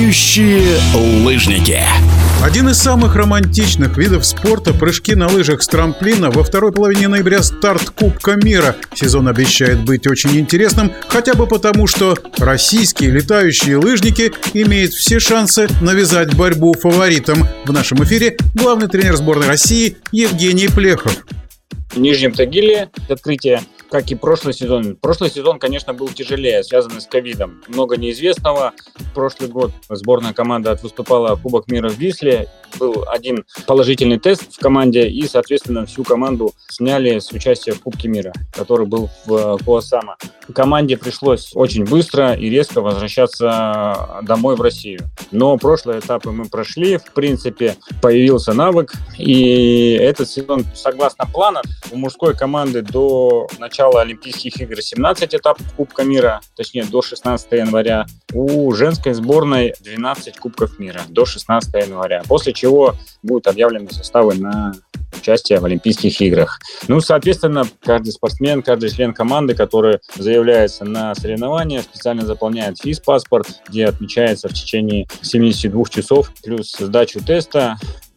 Летающие лыжники. Один из самых романтичных видов спорта – прыжки на лыжах с трамплина. Во второй половине ноября старт Кубка мира. Сезон обещает быть очень интересным, хотя бы потому, что российские летающие лыжники имеют все шансы навязать борьбу фаворитам. В нашем эфире главный тренер сборной России Евгений Плехов. В Нижнем Тагиле открытие, как и прошлый сезон. Прошлый сезон, конечно, был тяжелее, связанный с ковидом. Много неизвестного. Прошлый год сборная команда выступала в Кубок мира в Висле. Был один положительный тест в команде, и, соответственно, всю команду сняли с участия в Кубке мира, который был в Куосама. Команде пришлось очень быстро и резко возвращаться домой в Россию. Но прошлые этапы мы прошли, в принципе, появился навык, и этот сезон, согласно плану, у мужской команды до начала Олимпийских игр 17 этапов Кубка мира, точнее до 16 января, у женской сборной 12 Кубков мира до 16 января, после чего будут объявлены составы на участие в Олимпийских играх. Соответственно, каждый спортсмен, каждый член команды, который заявляется на соревнования, специально заполняет физпаспорт, где отмечается в течение 72 часов, плюс сдачу теста.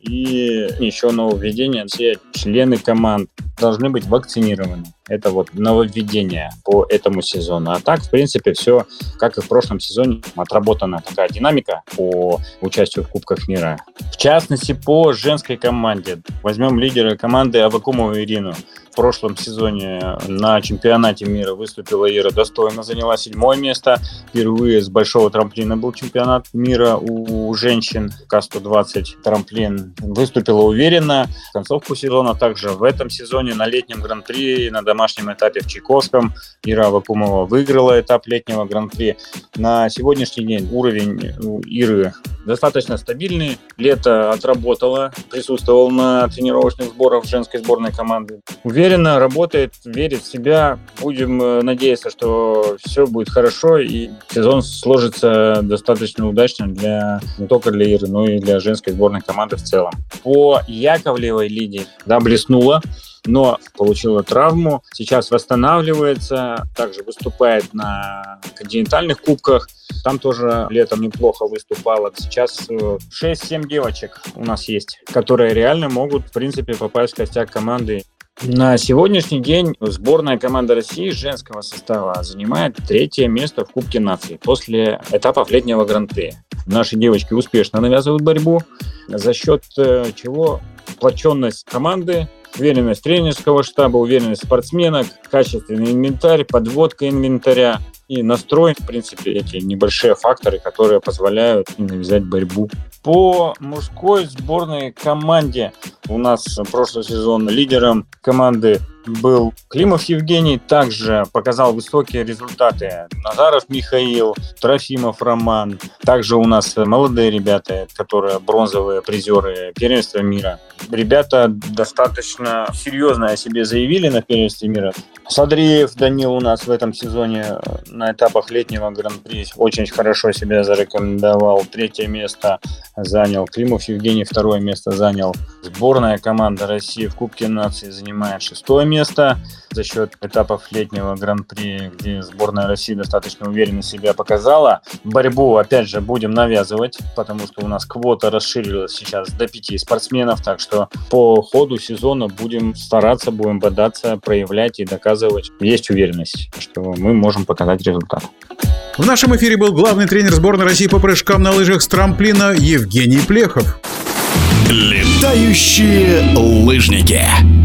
И еще нововведение: все члены команд должны быть вакцинированы. Это нововведение по этому сезону. А так, в принципе, все, как и в прошлом сезоне, отработана такая динамика по участию в Кубках мира. В частности, по женской команде. Возьмем лидера команды Аввакумову Ирину. В прошлом сезоне на чемпионате мира выступила Ира достойно, заняла 7-е место. Впервые с большого трамплина был чемпионат мира у женщин, К-120 трамплин. Выступила уверенно. В концовку сезона также в этом сезоне на летнем гран-при, на домашнем этапе в Чайковском, Ира Аввакумова выиграла этап летнего гран-при. На сегодняшний день уровень у Иры достаточно стабильный. Лето отработала, присутствовал на тренировочных сборах женской сборной команды. Уверенно работает, верит в себя. Будем надеяться, что все будет хорошо и сезон сложится достаточно удачно не только для Иры, но и для женской сборной команды в целом. По Яковлевой Лиде, блеснула, но получила травму, сейчас восстанавливается, также выступает на континентальных кубках, там тоже летом неплохо выступала. Сейчас 6-7 девочек у нас есть, которые реально могут, в принципе, попасть в костяк команды. На сегодняшний день сборная команда России женского состава занимает 3-е место в Кубке наций после этапов летнего гран-при. Наши девочки успешно навязывают борьбу, за счет чего сплоченность команды, уверенность тренерского штаба, уверенность спортсменок, качественный инвентарь, подводка инвентаря и настрой. В принципе, эти небольшие факторы, которые позволяют навязать борьбу. По мужской сборной команде у нас прошлый сезон лидером команды был Климов Евгений, также показал высокие результаты Назаров Михаил, Трофимов Роман. Также у нас молодые ребята, которые бронзовые призеры первенства мира. Ребята достаточно серьезно о себе заявили на первенстве мира. Садриев Данил у нас в этом сезоне на этапах летнего гран-при очень хорошо себя зарекомендовал. 3-е место занял. Климов Евгений 2-е место занял. Сборная команда России в Кубке наций занимает 6-е место за счет этапов летнего гран-при, где сборная России достаточно уверенно себя показала. Борьбу, опять же, будем навязывать, потому что у нас квота расширилась сейчас до 5 спортсменов, так что по ходу сезона будем стараться, будем бодаться, проявлять и доказывать. Есть уверенность, что мы можем показать результат. В нашем эфире был главный тренер сборной России по прыжкам на лыжах с трамплина Евгений Плехов. Летающие лыжники.